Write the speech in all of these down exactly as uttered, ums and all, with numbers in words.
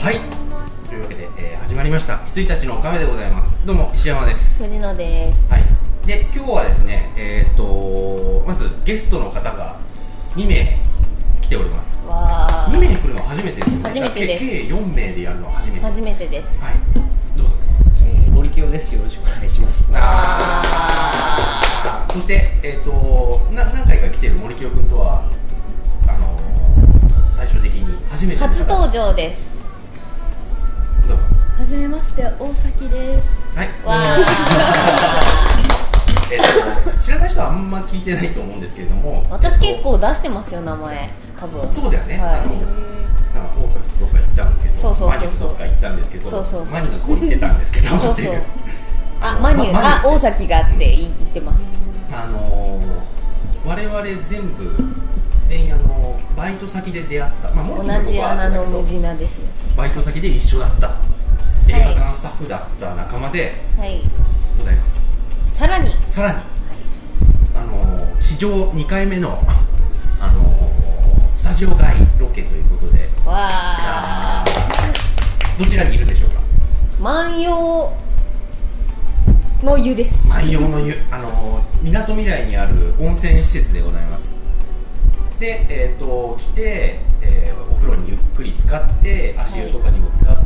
はい、というわけで、えー、始まりました羊たちのおかめでございます。どうも石山です。 藤野です。 はい。で今日はですね、えーとまずゲストの方がにめい来ております。 わー、 にめい来るのは初めてですよね。 初めてです。 計よんめいでやるのは初めて。 初めてです。 はい。どうぞ。 えー、森清です。よろしくお願いします。 あー、そしてえーとな何回か来てる森清君とはあのー、最終的に初めて初登場です。 どうぞ。 はじめまして、大崎です。 はい。 わーえっと知らない人はあんま聞いてないと思うんですけれども、 私結構出してますよ、名前。多分そうだよね。 はい、 あのなんか大崎どっか行ったんですけど、 そうそうそうそう、 マニュどっか行ったんですけど、 そうそうそう、 マニュがこう言ってたんですけど、 そうそう。あ、マニュ、 ま、 あ、大崎がって言ってます。 あのー、我々全部全員あのバイト先で出会った、まあ、 同じ穴のムジナですよ。 バイト先で一緒だった映画館スタッフだった仲間でございます。 さらにさらに、はい、あのー、史上にかいめの、あのー、スタジオ外ロケということで、 わあ、 どちらにいるでしょうか。 万葉の湯です。 万葉の湯、あのー、みなとみらいにある温泉施設でございます。で、えー、と来て、えー、お風呂にゆっくり浸かって足湯とかにも使って、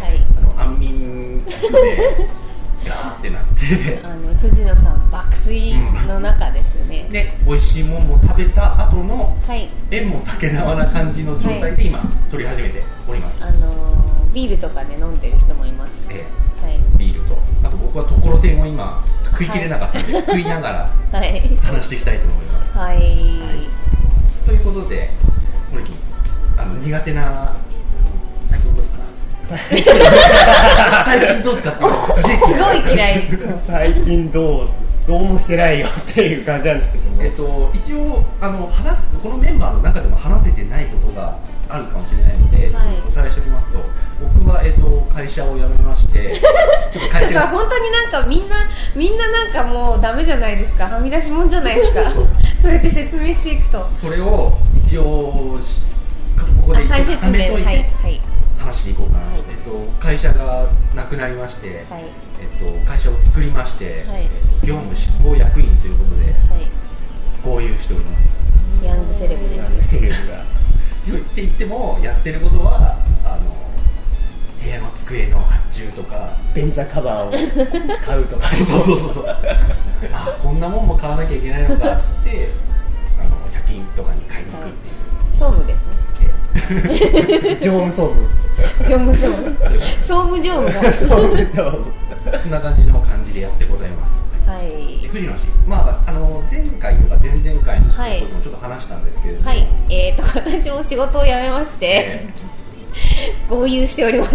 はい、あの安眠でガーってなってあの藤野さん爆睡の中ですね、うん、で美味しいもんも食べた後の、 はい、 縁も竹縄な感じの状態で今、はい、撮り始めております。 あのー、ビールとかね飲んでる人もいます、 えーはい、ビールとあと僕はところてんを今食いきれなかったので、はい、食いながら話していきたいと思います。 はい、はい、 ということで、森木、あの苦手な最近どうですか？最近どうですかってすげえすごい嫌い。 最近どうどうもしてないよっていう感じなんですけども、 えっと一応あの話すこのメンバーの中でも話せてないことがあるかもしれないので、はい、おさらいしておきますと、僕はえっと会社を辞めまして、 会社が本当になんかみんなみんななんかもうダメじゃないですか、はみ出しもんじゃないですか。それで説明していくと、 それを一応ここで一応固めといて、はいはい、話していこうかな、はい、えっと、会社がなくなりまして、はい、えっと、会社を作りまして、はい、えっと、業務執行役員ということで、はい、合流しております。 ヤングセレブです。 ヤングセレブがって言ってもやってることはあの部屋の机の発注とか便座カバーを買うとかそうそうそうそうあ、こんなもんも買わなきゃいけないのかっつってあのひゃく均とかに買いに行くっていう、 はい、総務ですね。 常務総務常務総務総務常務総務常務そんな感じの感じでやってございます。はい、藤野氏、まあ、あの前回とか前々回のこともちょっと話したんですけれども、はい、 えー、と私も仕事を辞めまして、えー、合流しております。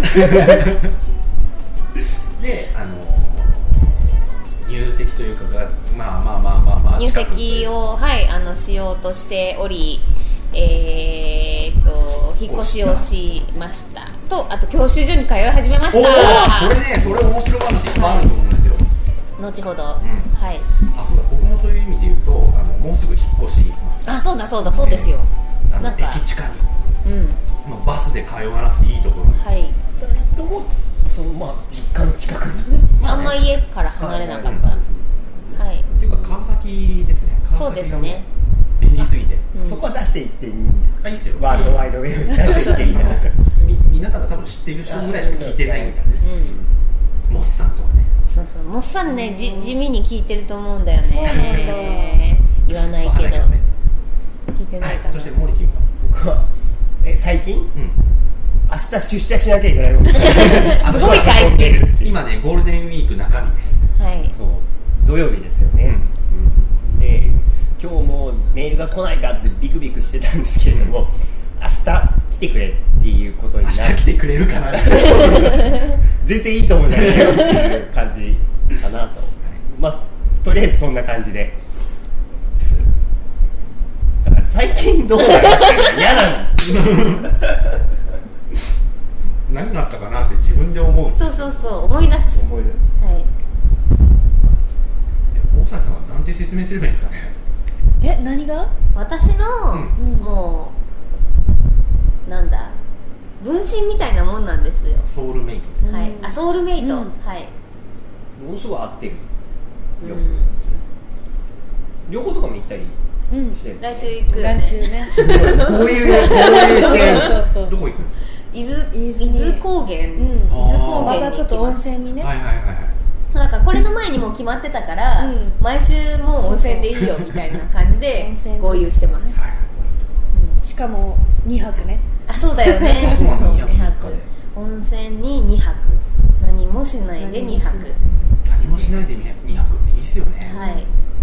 で、あの入籍というかが、まあまあまあまあまあ入籍を、はい、あのしようとしており、えー、と引っ越しをしましたと、あと教習所に通い始めました。 おそれね、それ面白話いっぱいあると思うんですよ、 はい、後ほど、うん、はい。 あ、そうだ、僕もそういう意味で言うと、あのもうすぐ引っ越します。 あ、そうだそうだそうですよ、 あのなんか駅近に、うん、まあ、バスで通わなくていいところに、 はい、 ふたりともその、まあ、実家の近くに、 まあね、あんま家から離れなかった、はい、 っていうか川崎ですね。川崎がもう便利すぎて、 うん、そこは出していっていい、 あ、いいっすよ、 ワールドワイドウェブに出していっていいなみ皆さんが多分知っている人ぐらいしか聞いてないみたいなね、うん、モッサンとかね、 そうそう、モッサンね、じ地味に聞いてると思うんだよね。そうなんだ。言わないけど、ね、聞いてないかな、 はい、そして森木は僕はえ最近、うん、明日出社しなきゃいけないのにすごい最近今ね、ゴールデンウィーク中身です。 はい、そう土曜日ですよね、うん、で今日もメールが来ないかってビクビクしてたんですけれども、うん、明日来てくれっていうことになる。 明日来てくれるかな全然いいと思うんじゃないよっていう感じかなと、まあとりあえずそんな感じで、だから最近どうなるか嫌なの何があったかなって自分で思う。 そうそうそう、思い出す。 思い出す、 はい。 大崎さんはなんて説明すればいいですかね。 え、何が？ 私の、うん、もうなんだ分身みたいなもんなんですよ。 ソウルメイト、 はい、あソウルメイト、 うんはい、 ものすごい合ってるよ、 うん、 旅行とかも行ったりうんしてる、 来週行くよね。 来週ねこういうこういう視点そうそうどこ行くんですか？ 伊豆伊伊豆豆高原、 うん伊豆高ま原にたちょっと温行きます。 泉にね、 はいはいはいはい。 なんかこれの前にも決まってたから、 うん毎週もう温泉でいいよみたいな感じで温泉合流してます。 はいしかもにはくね、 あ、そうだよね。 あそうなんだそうにはくにはく温泉ににはく、何もしないでにはく、 何もしないでにはくっていいっすよね。 はい。 そう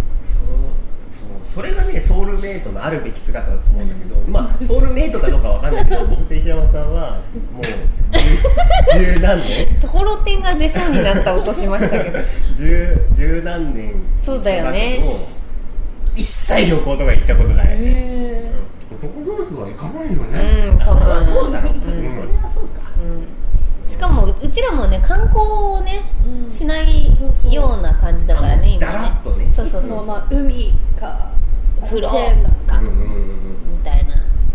そうそれがねソウルメイトのあるべき姿だと思うんだけど、まあソウルメイトかどうかわかんないけど僕と石山さんはもう十十何年ところてんが出そうになった音しましたけど十十何年そうだよね一緒だけど一切旅行とか行ったことない、 へ男同士は行かないよね。 うん、多分そうだろう、 んそれはそうか、 うん、しかもうちらもね観光をね、 うんしないそうそうような感じだからね、今だらねっとねそうそうそうそう、 いつもまあ海か風呂温泉か、 うんうんうんうんみたいな、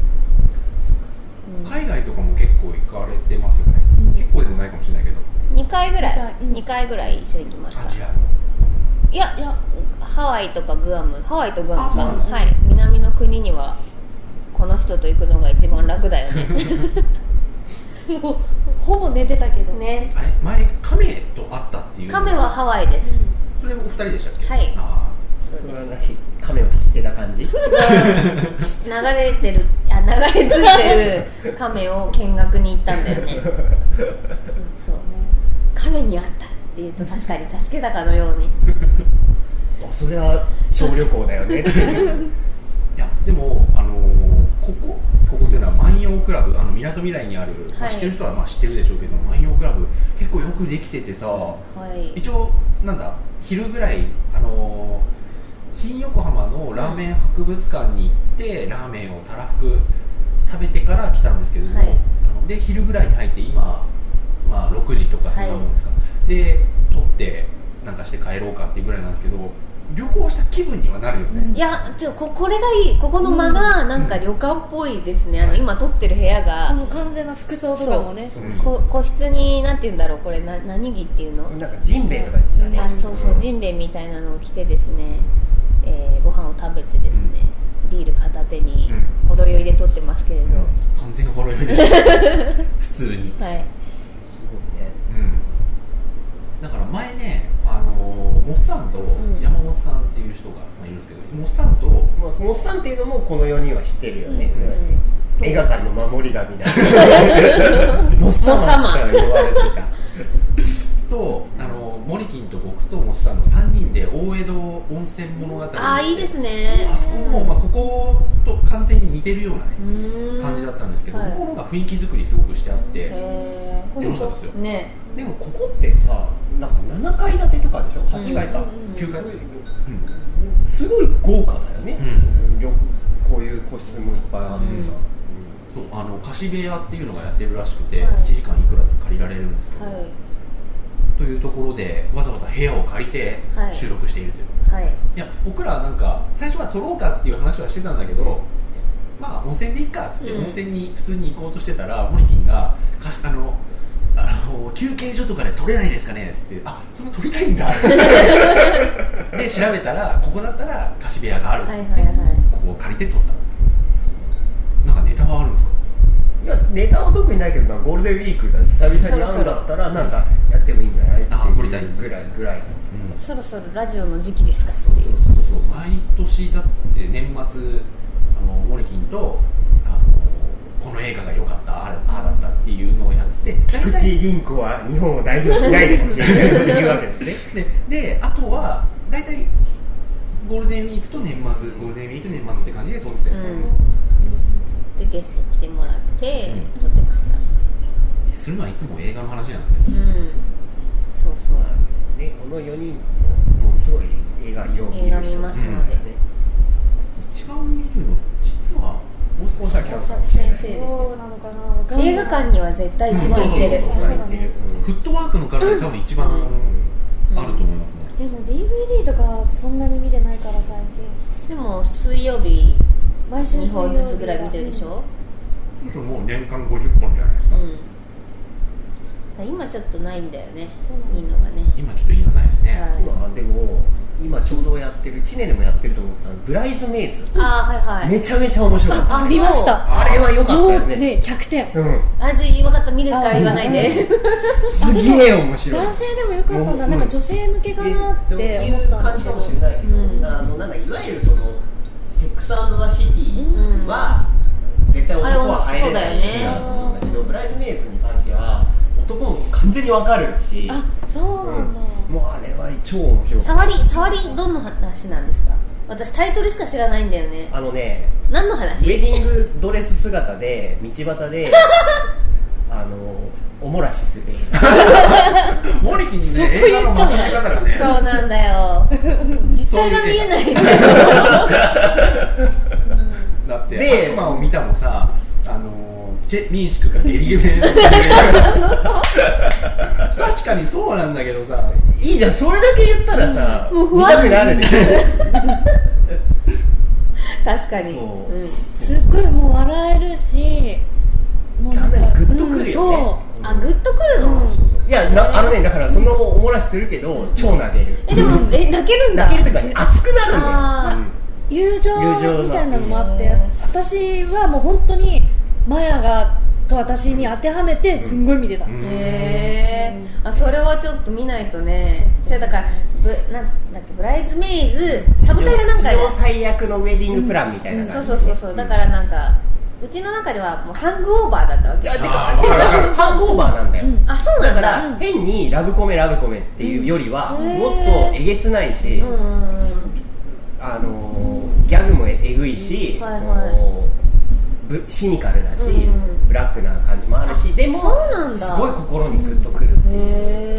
うん、 海外とかも結構行かれてますよね。 うん結構でもないかもしれないけど。 にかいぐらい、 うんにかいぐらい一緒に行きました。 アジアの。 いやいやハワイとかグアム、ハワイとグアムか、 あそうなんだはい、南の国にはこの人と行くのが一番楽だよねもうほぼ寝てたけどね。 あれ前カメと会ったっていう。 カメはハワイです。 それお二人でしたっけ？ はいあそうです。 それは何亀を助けた感じ流れてる、あ、流れ着いてるカメを見学に行ったんだよね。うん、そう。カメに会ったっていうと確かに助けたかのように。 あそれは小旅行だよねっていうーいやでもあのーここここっていうのは万葉クラブ、あの港未来にある、まあはい知ってる人はまあ知ってるでしょうけど、万葉クラブ結構よくできててさ、 はい。 一応なんだ昼ぐらいあのー新横浜のラーメン博物館に行ってラーメンをたらふく食べてから来たんですけれども、 はいあので昼ぐらいに入って今、まあ、ろくじとかそんなもんですか、で撮ってなんかして帰ろうかっていうぐらいなんですけど、旅行した気分にはなるよね、 いや、ちょここれがいい、ここの間がなんか旅館っぽいですね。あの今撮ってる部屋が、 もう完全な服装とかもねそうこ個室になんて言うんだろう、これな何着っていうの？ なんかジンベエとか言ってたね、 あ、そうそう、ジンベエみたいなのを着てですね、えー、ご飯を食べてですね、ビール片手にうんほろ酔いで撮ってますけれど、 完全にほろ酔いです普通に、 はい。 すごいねうん、だから前ね、あのー、モッサンとん山本さんっていう人がまあいるんですけど、モッサンとまあ、モッサンっていうのもこのよにんは知ってるよね、 うん映画館の守り神みたいなモッサマと言われてたとあのモリキンと僕とモッサンのさんにんで大江戸温泉物語、 あー、いいですね。 あそこも、まあ、ここと完全に似てるような、ねうーん感じだったんですけど、 はい向こうの方が雰囲気作りすごくしてあって、 へー楽しかったですよ、 ね。 でもここってさなんかななかい建てとかでしょはちかいか、 きゅうかい、うんすごい豪華だよね、 うんよこういう個室もいっぱいあってさ、 そうあの貸し部屋っていうのがやってるらしくて、 はいいちじかんいくらで借りられるんですけど、 はいというところでわざわざ部屋を借りてはい収録しているという、 はい。 いや僕らはなんか最初は撮ろうかっていう話はしてたんだけど、まあ温泉でいいかっつってうん温泉に普通に行こうとしてたら、モリキンがかしあのあの休憩所とかで撮れないですかねっつって、あそれ撮りたいんだで調べたらここだったら貸し部屋があるってはい言って、 はいはい。 ここを借りて撮った。なんかネタはあるんですか？ いやネタは特にないけどな、ゴールデンウィークだし久々に会うんだったらなんかやってもいいんじゃないってあ撮りたいいうぐらいぐらいうんそろそろラジオの時期ですかそうそうそうそう、毎年だって年末あのモリキンとあのこの映画が良かった、あああだったっていうのをやって菊池凛子は日本を代表しないでほしいっていうわけですねでであとは大体ゴールデンウィークと年末、ゴールデンウィーク年末って感じで撮ってたよね、 でゲスト来てもらって撮ってました。 するのはいつも映画の話なんですけど、 うん。そうそう。 ね、このよにんもものすごい映画よう見映画見る人ますので、 ね一番見るの実は大崎大崎先生ですそうよ。 なのかなわかんない映画館には絶対一番行ってる。 うん一番行ってる、 フットワークの体で多分一番うんあると思いますね、 でも ディーブイディー とかそんなに見てないから最近でも水曜日毎週にほん水曜日ずつぐらい見てるでしょ。 そもう年間ごじゅっぽんじゃないですか、 うん、今ちょっとないんだよね、いいのがね。 今ちょっといいのないですね、はい、 今でも今ちょうどやってる知念でもやってると思ったブライズメイズ、 あー、はいはい、 めちゃめちゃ面白かった。 あ、見ました。 あれは良かったよね。 ね、ひゃくてん。 うん。 味分かった、見るから言わないで。 すげえ面白い。 男性でも良かったんだ、なんか女性向けかなって思ったんいう感じかもしれないけど、うん、あのなんだいわゆるそのセックス&ザ・シティは、うん、絶対男は入れない映画だと思うんだけど、ブライズメイズに関しては男も完全に分かるし、 あ、そうなんだ、 うん、もうあれは超面白い。 触り、触りどんな話なんですか？私タイトルしか知らないんだよね。 あのね、 何の話？ ウェディングドレス姿で道端であのおもらしするモリキンね、映画のまとめ方がね、 そうなんだよ実態が見えないんだよだってで悪魔を見たもさ、あのチェ・ミンシクがゲリゲメ確かにそうなんだけどさ、 いいじゃん、それだけ言ったらさ、もう見たくなるね確かに、 うん、 すっごいもう笑えるし、もうかなりグッとくるよね、うん、 そう、あ、グッとくるの、うん、 いやな、あのね、だからそのおもらしするけど、うん、超泣ける。 え、でも、え、泣けるんだ。 泣けるというか、ね、熱くなるんだよ、 うん、友情みたいなのもあって、私はもう本当にマヤがと私に当てはめてすんごい見てた、うん、 へー、あ、それはちょっと見ないとね。じゃあだからブ、なんだっけ、ブライズメイズ、サブタイがなんか、 史上最悪のウェディングプランみたいな感じ、 うん、そうそうそうそう、だからなんかうちの中ではもうハングオーバーだったわけ。 いや、てかハングオーバーなんだよ、うん、 あ、そうなんだ。 だから変にラブコメラブコメっていうよりは、うん、もっとえげつないし、うん、あのギャグもえぐいし、はいはい、そのブシニカルだし、うん、ブラックな感じもあるし、でもそうなんだ、 すごい心にグッとくるっていう。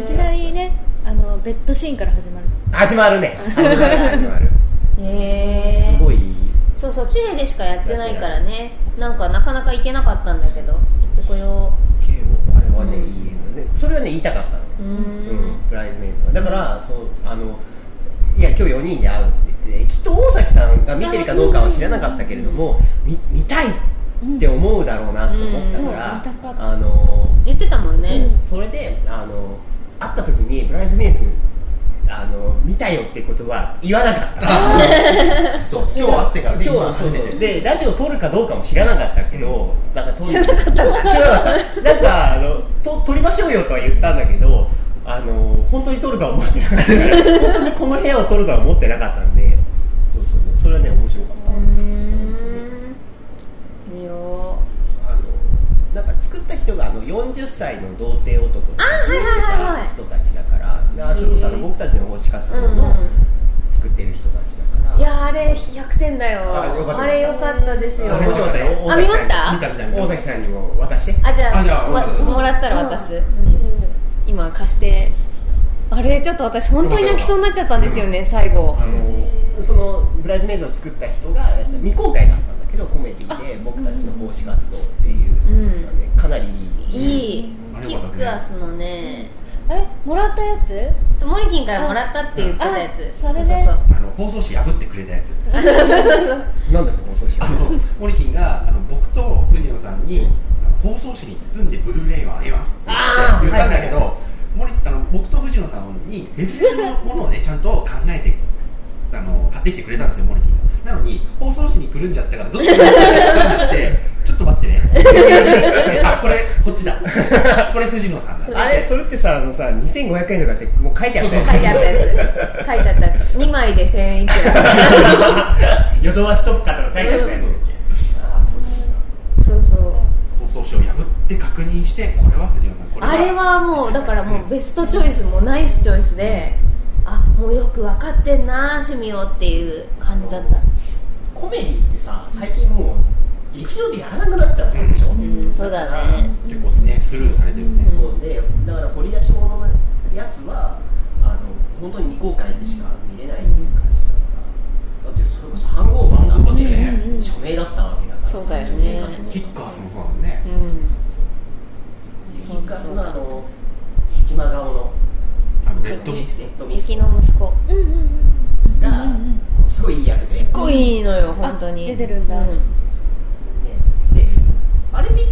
いきなりね、あのベッドシーンから始まる始まるね始まる始まるへー、 すごい。 そうそう、チレでしかやってないからね、なんかなかなか行けなかったんだけど、行ってこよう。 ケオ、あれはね、うん、いい映画で、それはね言いたかったの、 うん、うん、 ブライズメイドだから、そう、あのいや今日よにんで会うって言って、きっと大崎さんが見てるかどうかは知らなかったけれども、見, 見たいって思うだろうなと思ったから、 うん、 あの言ってたもんね。 そ, それであの会った時にブライズメイズあの見たよってことは言わなかったそう、今日会ってからね、 今日はそうそうでラジオ撮るかどうかも知らなかったけど、うん、だから撮る知らなかったんだ知らなかったなんかあのと撮りましょうよとは言ったんだけど、あの本当に撮るとは思ってなかった本当にこの部屋を撮るとは思ってなかったんで、そうそうそう、それはね面白かった。うーん、いいよ。 あのなんか作った人があのよんじゅっさいの童貞男の人たちだから、あ、それこそあの僕たちの奉仕活動の作ってる人たちだから、 いや、あれひゃくてんだよ。あれ良かったですよ。 あれ面白かったよ。 あ、見ました？ 見た見た見た。 大崎さんにも渡して。 あ、じゃあ、 あ、じゃあもらったら渡す、うん、今貸して。あれちょっと私本当に泣きそうになっちゃったんですよね、最後。 あのそのブライズメイズを作った人が未公開だったんだけど、コメディで僕たちの奉仕活動っていう、うん、ね、かなりいい、いいキックアスのね、 あれもらったやつ、 モリキンからもらったって言ってたやつ、 それで、 そうそうそう、 あの放送紙破ってくれたやつなんだっけ放送紙、 あのモリキンがあの僕と藤野さんに放送紙に包んでブルーレイをあげますって言ったんだけど、はいはいはい、あの僕と藤野さんに別々のものをねちゃんと考えてあの買ってきてくれたんですよ、モリキンが。なのに放送紙に来るんじゃったからどっちか分かんなくてちょっと待ってねあ、これこっちだこれ藤野さんだ。 あれそれってさ、あのさにせんごひゃくえんとかってもう書いてあったやつ、 書いてあったやつ書いてあったにまいでせんえんいくらヨドバシ特価とか書いてあったやつ、うん、あ、 そうそう、 放送紙を破って確認して、これは藤野さん、これはあれはもうだからもうベストチョイス、もうナイスチョイスで、あ、もうよく分かってんな趣味をっていう感じだった。 コメディってさ、最近もう劇場でやらなくなっちゃったんでしょ、うんうん、そうだね、 結構ねスルーされてるね、 うん、そうで、だから掘り出し物のやつはあの本当に未公開でしか見れない感じだから、だってそれこそハングオーバーなんかで、ね、うんうん、署名だったわけだから、 そうだよね、 キッカースもそうだもんね、 うん、 キッカースのあのヘチマ顔のあのレッドミス、 レッドミス敵の息子、うんうんうん、が、うんうん、すごいいい役で、 すごいいいのよ本当に、 出てるんだ、うん、 ね、であれ見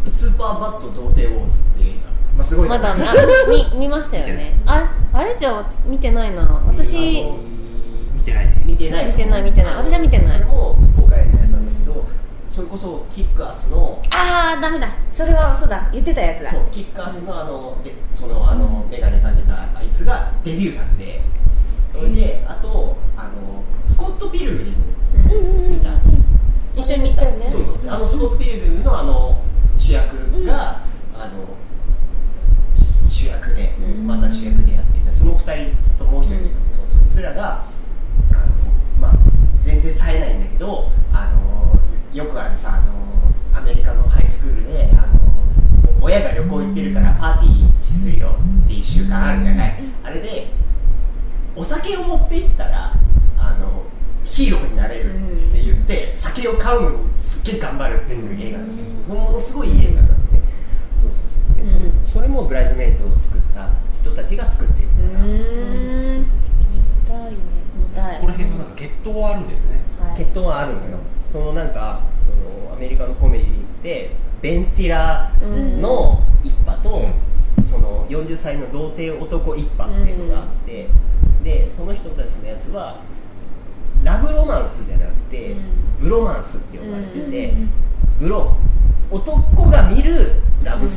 スーパーバット童貞ウォーズっていう映画、まあ、すごいまだあ見見ましたよね。ああれじゃあ見てないな私。 見てないね。 見てない見てない見てない私は見てない。 それも今回のやつなんだけど、それこそキックアスのああダメだそれはそうだ言ってたやつだ。 そうキックアスのあのでそのあのメガネかけたあいつがデビュー作で、それであとあのスコット・ピルグリム見た、 一緒に見たよね。 そうそうあのスコット・ピルグリムのあの主役が、うん、あの主役でまた主役でやっていた、そのふたりともう一人いるんだけど、そいつらがあの、まあ、全然冴えないんだけど、あのよくあるさあのアメリカのハイスクールであの親が旅行行ってるからパーティーするよっていう習慣あるじゃない。あれでお酒を持って行ったらあのヒーローになれるって言って、うん、酒を買うのにすっげえ頑張るっていう映画なんですよ、うん、ものすごいいい映画なんで、ね、そうそうそうで、うん、そ, それもブライズメイズを作った人たちが作っているから、うん、 見たいね見たい。 この辺のなんか血統はあるんですね、 はい、血統はあるのよ。そのなんかそのアメリカのコメディってベン・スティラーの一派と、うん、そのよんじゅっさいの童貞男一派っていうのがあって、うん、でその人たちのやつはラブロマンスじゃなくて、うん、ブロマンスって呼ばれてて、うん、ブロ男が見るラブ、うん、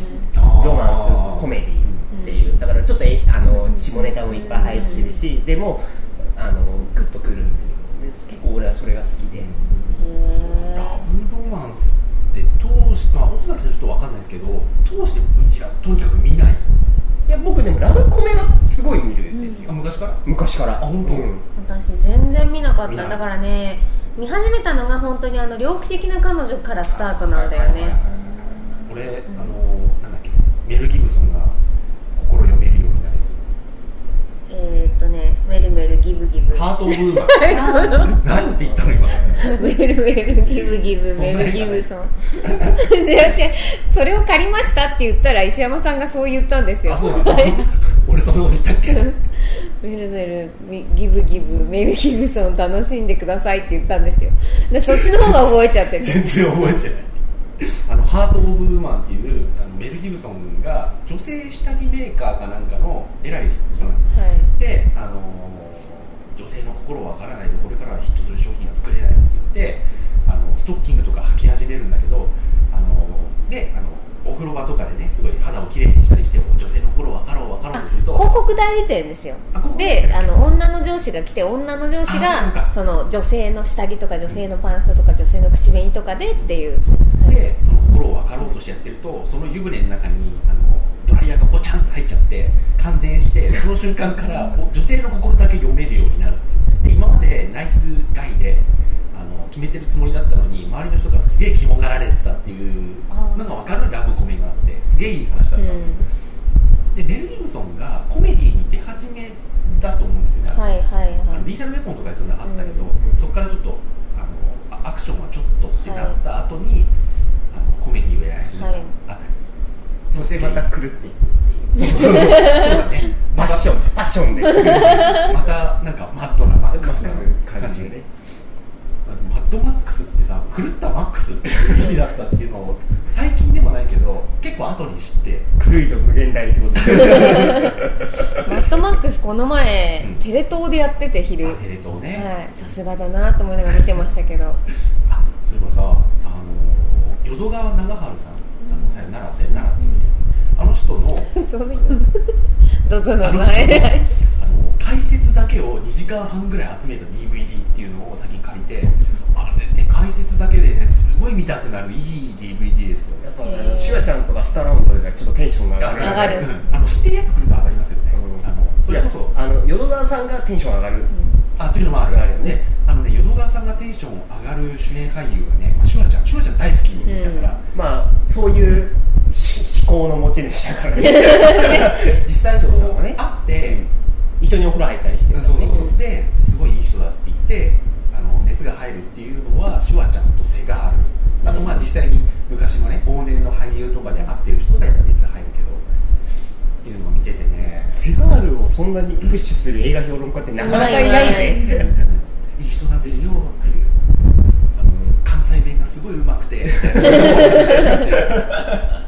ロマンスコメディっていう、だからちょっとあの下ネタもいっぱい入ってるし、でもあのグッとくるっていう、結構俺はそれが好きで。 ラブロマンスって通して、まあ、大崎さんちょっと分かんないですけど、通してうちらとにかく見ない。 いや僕でもラブコメはすごい見るんですよ、 うん、昔から昔から。あ本当、うん、 私全然見なかった。だからね見始めたのが本当にあの猟奇的な彼女からスタートなんだよね。 俺、うん、あのなんだっけメル・ギブソンが心読めるようになるやつ、 えーっとねメルメルギブギブハート・オブ・ウーマンなんて言ったの今メルメルギブギブメルギブソン違う違うそれを借りましたって言ったら石山さんがそう言ったんですよ。 あそうなの俺そんなこと言ったっけメルメルギブギブメルギブソン楽しんでくださいって言ったんですよ。でそっちの方が覚えちゃってる全然覚えてないあのハート・オブ・ウーマンっていうあのメル・ギブソンが女性下着メーカーかなんかの偉い人なんで、はい、で、あのー、女性の心をわからないとこれからはヒットする商品が作れないって言ってあのストッキングとか履き始めるんだけど、あのー、であのお風呂場とかでねすごい肌をきれいにしたりして女性の心を分かろう分かろうとすると広告代理店ですよ。であの女の上司が来て女の上司がその女性の下着とか女性のパンストとか女性の口紅とかでっていう、 でその心を分かろうとしてやってるとその湯船の中にあのドライヤーがポチャンと入っちゃって感電してその瞬間から女性の心だけ読めるようになるっていう。で今までナイスガイであの決めてるつもりだったのに周りの人からすげえ肝がられてたっていうのが分かるラブコメがあってすげえいい話だったんですよ、うん、でメル・ギブソンがコメディに出始めだと思うんですよね、 はいはいはい、 あのリーサルウェポンとかでそういうのあったけど、うん、そこからちょっとあのアクションはちょっとってなった後に、はい、あのコメディをやり始めたあたり、 はい、そしてまた狂っていくっていうそうだねパッションパッションでまたなんかマッドなマックスな感じでねマッドマックスってさ狂ったマックスっていう意味だったっていうのを最近でもないけど結構後に知って狂いと無限大ってことでマッドマックスこの前、うん、テレ東でやってて昼テレ東ねさすがだなと思いながら見てましたけどあそういえばさあの淀川長春さんあのさよならさよならっていうおじさんあの人のそういうどうぞの前解説だけをにじかんはんぐらい集めた ディーブイディー っていうのを先に借りてあれ、ね、解説だけでねすごい見たくなるいい ディーブイディー ですよ。 やっぱあのシュワちゃんとかスタローンがちょっとテンションが上がる上がる、 うん、あの知ってるやつ来ると上がりますよね、うん、あのそれこそあの淀川さんがテンション上がる、うん、 あというのもある、あるよね。あのね淀川さんがテンション上がる主演俳優はね、まあ、シュワちゃんシュワちゃん大好きだから、 うん、まあそういう思考の持ち主だからね実際にこう、ね、会って、うん一緒にお風呂入ったりしてる、ね、 そうそうですごいいい人だって言ってあの熱が入るっていうのはシュワちゃんとセガールあとまあ実際に昔のね往年の俳優とかで会ってる人がやっぱ熱入るけどっていうのを見ててねセガールをそんなにプッシュする映画評論家ってなかなかいないぜいい人なんですよっていうあの関西弁がすごい上手くてみたいな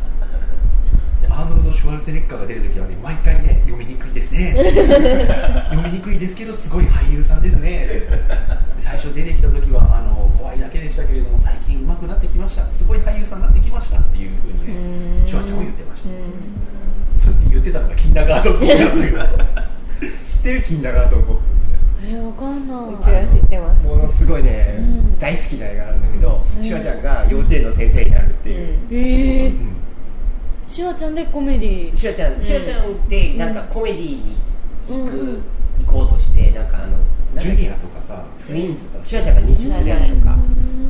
ワルツェネッガーが出るときはね、毎回ね、読みにくいですね読みにくいですけどすごい俳優さんですね最初出てきたときはあの怖いだけでしたけれども、最近上手くなってきました、すごい俳優さんになってきましたっていうふうにね、シュワちゃんは言ってました。それで言ってたのがキンダーガートンコップだったけど知ってるキンダーガートンコップえー、わかんない。 うちは知ってます。 ものすごいね、うん、大好きな映画なんだけど、うん、シュワちゃんが幼稚園の先生になるっていう、うん、 えーうん、シュワちゃんでコメディーシュワちゃん、うん、シュワちゃんでなんかコメディーに行く、うん、行こうとしてなんかあのジュニアとかさツインズとかシュワちゃんが二種するやつとか、うん、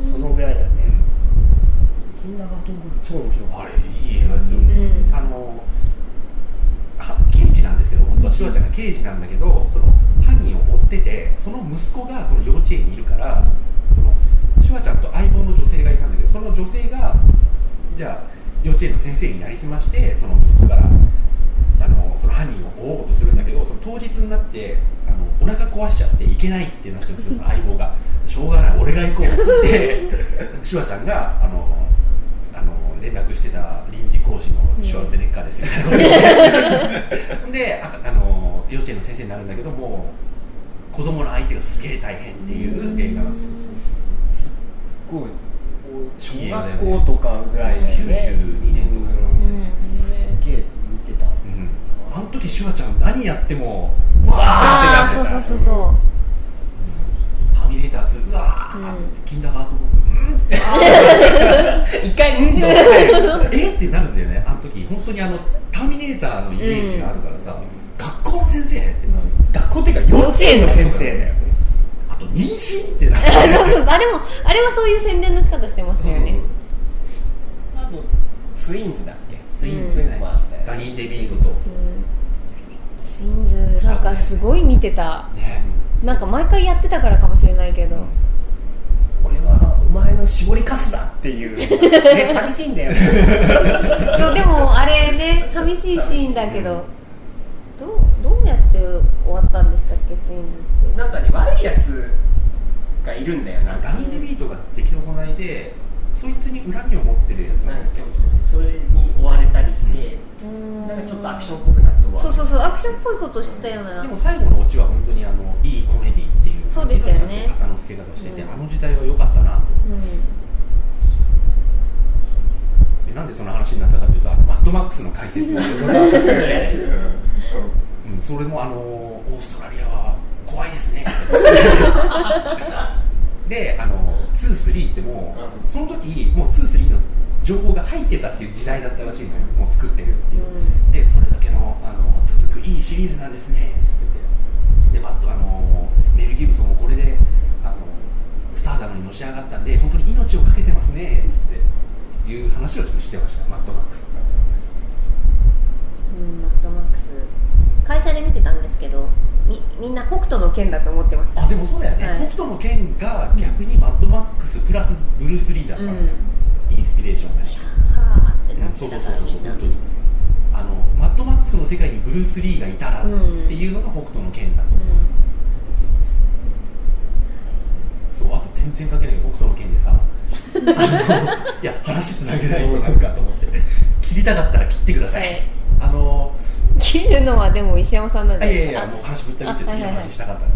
そのぐらいだよね。キンダーガートンコップ超面白い。 あれいい映画ですよね、うん、あの刑事なんですけど、本当はシュワちゃんが刑事なんだけど、その犯人を追ってて、その息子がその幼稚園にいるから、そのシュワちゃんと相棒の女性がいたんだけど、その女性がじゃあ幼稚園の先生になりすまして、その息子からあのその犯人を追おうとするんだけど、その当日になってあのお腹壊しちゃっていけないってなっちゃうんですよ、相棒が。しょうがない、俺が行こうっつってシュワちゃんがあのあの連絡してた臨時講師のシュワルツェネッガーですみたいなことでああの幼稚園の先生になるんだけども、子供の相手がすげえ大変っていう映画なんですよ。 すっごい小学校とかぐらいで、ね、 きゅうじゅうにねんとかその、うん、 すげえ見てた、うん、 あの時シュワちゃん何やってもわーってなってた。そうそうそうそう、 ターミネーターズうわー、うん、キンダーガートンコップうん一回うんとえってなるんだよね。あの時本当にあのターミネーターのイメージがあるからさ、うん、学校の先生ってなる、 学校っていうか幼稚園の先生だよ。 あと妊娠ってなるそうそう、あでもあれはそういう宣伝の仕方してましたよね。 あとツインズだっけ、 ツインズね、うん、ダニー・デビートと、うん、 ツインズなんかすごい見てた、ね、なんか毎回やってたからかもしれないけど、 俺はお前の絞りかすだっていう、ね、寂しいんだよねそうでもあれね寂しいシーンだけど、どう、どうやって終わったんでしたっけ、ツインズって。 なんかね、悪いやつがいるんだよな。 ダニー・デビートが敵の行いでそいつに恨みを持ってるやつなんですよ。 それに追われたりして、うん、なんかちょっとアクションっぽくなって終わる。 そうそうそう、アクションっぽいことしてたような。 でも最後のオチは本当にあのいいコメディっていうそうでしたよね、 肩の付け方してて、うん、あの時代は良かったなと、うん、でなんでその話になったかというと、あのマッドマックスの解説をうん、それもあのオーストラリアは怖いですねで、あのツー、スリーってもう、うん、その時もうツー、スリーの情報が入ってたっていう時代だったらしいのよ、もう作ってるっていう、うん、でそれだけの、あの続くいいシリーズなんですねつってて、でマッドあのメル・ギブソンもこれであのスターダムにのし上がったんで本当に命をかけてますねつっていう話をしてました、マッドマックス。 うん、マッドマックス会社で見てたんですけど、 み, みんな北斗の拳だと思ってました。 あでもそうだよね、はい、北斗の拳が逆にマッドマックスプラスブルース・リーだったんだよ、うん、インスピレーションがね、 はーってなってたから、みんな本当にあのマッドマックスの世界にブルース・リーがいたらっていうのが北斗の拳だと思います、うんうん、そう、あと全然関係ない北斗の拳でさいや話つなげないとなんかと思って切りたかったら切ってください、はい、あの切るのはでも石山さんなんですか。 いやいやもう話ぶった切って次の話したかった、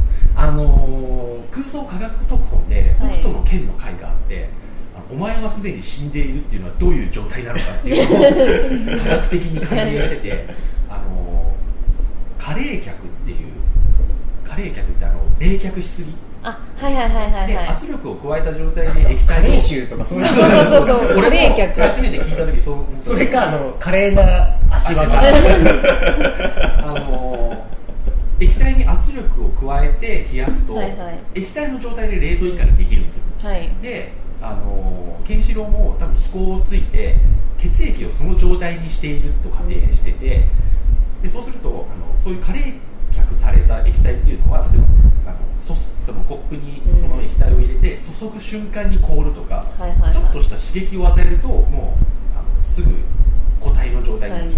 はいはいはい、あの空想科学特報で北斗の拳の回があって、はい、お前はすでに死んでいるっていうのはどういう状態なのかっていうのを科学的に解明しててあの過冷却っていう過冷却ってあの冷却しすぎ、 あ、はいはいはいはい、はい、 で圧力を加えた状態で液体を加冷臭とかそういうそうそうそうそう俺も初めて聞いた時そう思った。 それかあの華麗な足技あの液体に圧力を加えて冷やすと、はいはい、液体の状態でれいど以下にできるんですよ、はい、であのケンシロウも多分飛行をついて血液をその状態にしていると仮定してて、でそうするとあのそういう過冷却された液体っていうのは例えばあの そ, そのコップにその液体を入れて注ぐ瞬間に凍るとか、はいはいはい、ちょっとした刺激を与えるともうあのすぐ固体の状態になっちゃう、はい、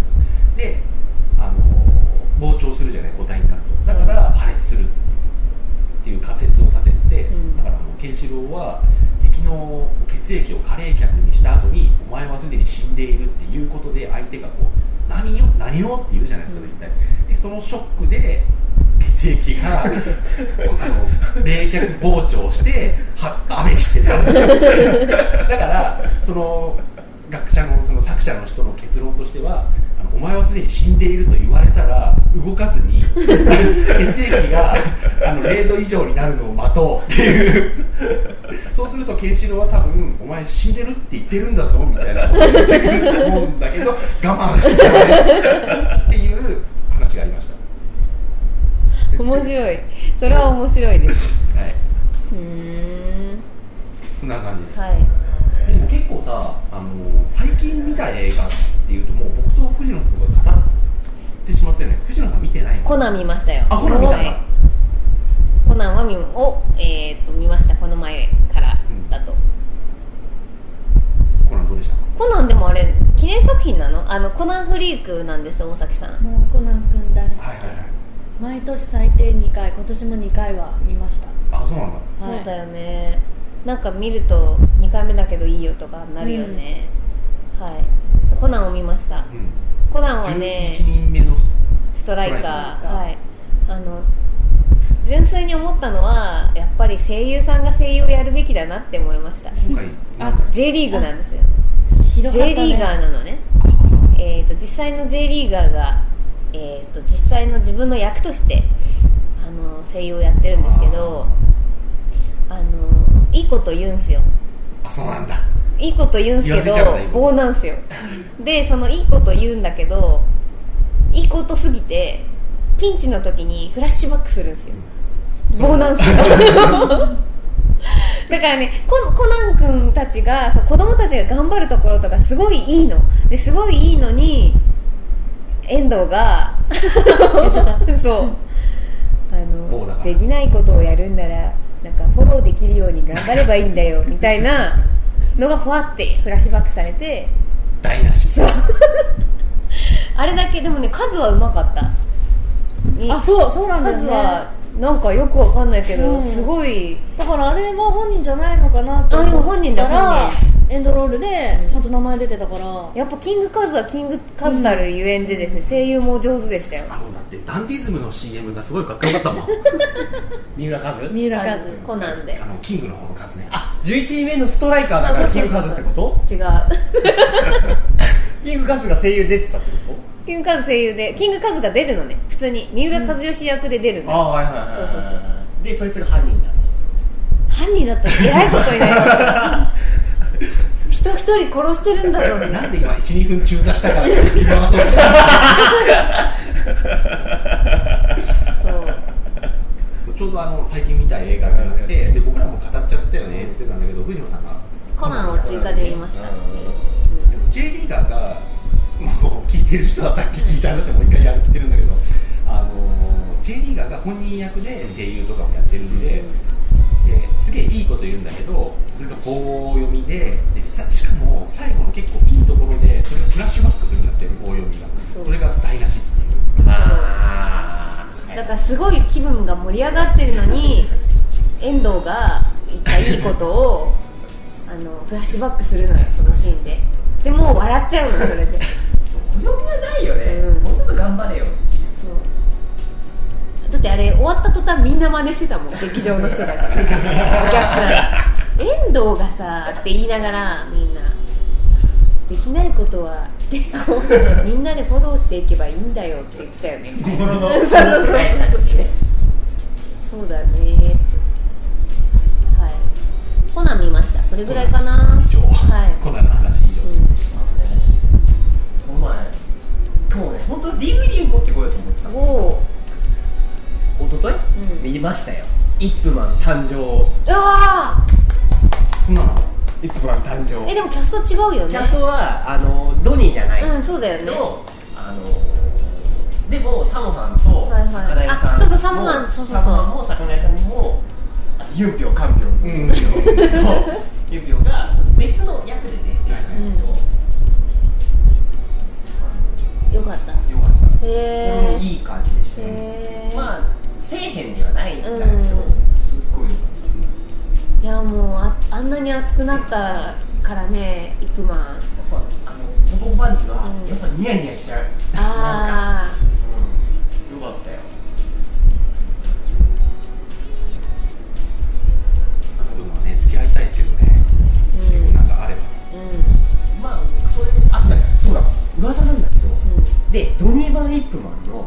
であの膨張するじゃない固体になると、だから破裂するっていう仮説を立ててて、うん、だからもうケンシロウは敵の血液を過冷却にした後にお前はすでに死んでいるっていうことで相手がこう何よ何をって言うじゃないですか、絶対。でそのショックで血液があの冷却膨張してはアメシってなるだからその学者のその作者の人の結論としては、あのお前はすでに死んでいると言われたら動かずに血液があのれいど以上になるのを待とうっていうそうするとケンシロウは多分お前死んでるって言ってるんだぞみたいなことを言ってくると思うんだけど我慢してねっていう話がありました。 面白い、それは面白いです。 はい、 うーん、 そんな感じです。 はい。 でも結構さ、あのー、最近見た映画っていうともう僕と藤野さんとか語ってしまったよね。藤野さん見てないの？ コナン見ましたよ。 あ、コナン見たんだ。 コナンは見を、えー、と見ました。この前からだと、 うん、コナンどうでしたか？ コナンでもあれ記念作品なの？あのコナンフリークなんです、大崎さん。 もうコナンくん大好き、 はいはいはい、 毎年最低にかい、今年もにかいは見ました。 あ、そうなんだ。 はい、そうだよね。なんか見るとにかいめだけどいいよとかなるよね、うん、はい。コナンを見ました、うん、コナンはねじゅういちにんめのストライカー、はい、あの純粋に思ったのはやっぱり声優さんが声優をやるべきだなって思いました。 今回あ J リーグなんですよ。 ひどかったね。 J リーガーなのね。えーと実際の J リーガーが、えーと実際の自分の役としてあの声優をやってるんですけど、あのいいこと言うんすよ。 あ、そうなんだ。 いいこと言うんすけど棒なんすよでそのいいこと言うんだけどいいことすぎてピンチの時にフラッシュバックするんですよ、うん、棒なんすよだからね コ, コナン君たちがそう子供たちが頑張るところとかすごいいいのですごいいいのに遠藤がやっちゃったそうあのできないことをやるんならなんかフォローできるように頑張ればいいんだよみたいなのがふわってフラッシュバックされて台無し。 そうあれだけでもね数はうまかった。 あ、そうそうなんだよね。 数はなんかよくわかんないけど、うん、すごいだからあれは本人じゃないのかなって思ったらエンドロールでちゃんと名前出てたから、うん、 やっぱキングカズはキングカズたるゆえんでですね、うん、声優も上手でしたよ。 あのだってダンディズムの シーエム がすごいかっこよかったもん三浦カズ三浦カズコナンであのキングの方のカズね。 あ、じゅういちにんめのストライカーだからキングカズってこと？ 違うキングカズが声優出てたってこと？ キングカズ声優でキングカズが出るのね、普通に三浦和義役で出るの、 うん、あ、はいはいはい、 そうそうそう。 でそいつが犯人だ。 犯人だったらえらいことになります人一人殺してるんだぞなんで今 いちにふん中座したから引き回そうとしたそうちょうどあの最近見た映画ってなってで僕らも語っちゃったよねって言ってたんだけど、藤野さんがコナンを追加で見ました。でも J リーガーがもう聞いてる人はさっき聞いた話をもう一回やってるんだけど、あの J リーガーが本人役で声優とかもやってるんで、ですげえいいこと言うんだけどそれが棒読み で, でしかも最後の結構いいところでそれがフラッシュバックするんだって、棒読みが そ, それが台無しっていう。 あだからすごい気分が盛り上がってるのに遠藤が言ったいいことをあのフラッシュバックするのよ、そのシーンで。でもう笑っちゃうの、それで棒読みはないよね、うん、もうちょっと頑張れよ。 そうだってあれ終わった途端みんな真似してたもん、劇場の人たちお客さん遠藤がさって言いながらみんなできないことはでこうみんなでフォローしていけばいいんだよって言ってたよね心のそうそうそうそうそうだね。はい、コナン見ました。それぐらいかな。 以上、 はい、 コナンの話以上、うん、 この前今日ね、本当は ディーブイディー 持ってこようと思ってた。 おおととい、うん、見ましたよ。イップマン誕生。 ああ、 そんなのイップマン誕生。 えでもキャスト違うよね。 キャストはあのドニーじゃない。 うん、そうだよね。 あのでもサモハンと魚屋さんも、はいはい、あ、そうそうサモハン、そうそうそう、サモハンも魚屋さんも、あとユンピョウカンピョウ、うん、ユンピョウが別の役で出てるんだけど、よかった。 よかった。 へえ。 いい感じでしたね。まあ底辺ではないんだけど、うん、すっごいよかった。 いやもう あ, あんなに熱くなったからね、イップマン。 あのボボンバンジはやっぱニヤニヤしちゃう。 あニバン・イップマンの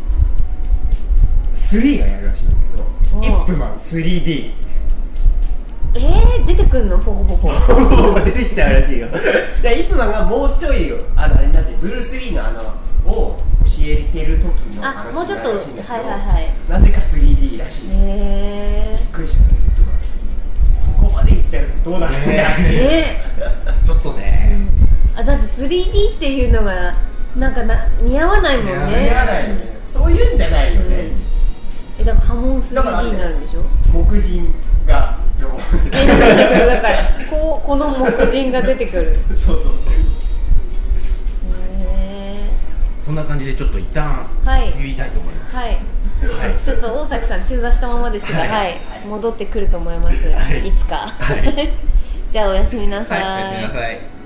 スリーがやるらしいんだけど、 うん、 イップマン スリーディーえー、出てくんのポコポコ出てきちゃうらしいよでイップマンがもうちょいあのあれだってブルース・リーのあのを教えてる時の話あもうちょっとらしいんだけど、 はいはいはい、 なぜか スリーディー らしい。 へびっくりしたね。そこまでいっちゃうとどうなんだろうね。 ねちょっとね、 うん、あだって スリーディー っていうのがなんかな似合わないもんね。 似合わないよね。そういうんじゃないよね、うん、 えだから波紋 スリーディー になるんでしょ。 木人がえだからこうこの木人が出てくるそうそうそう。 そんな感じでちょっと一旦言いたいと思います。 はい、はいはい、ちょっと大崎さん中座したままですが、はいはい、戻ってくると思います、はい、いつか、はい、じゃあおやすみなさい。 はい、おやすみなさい。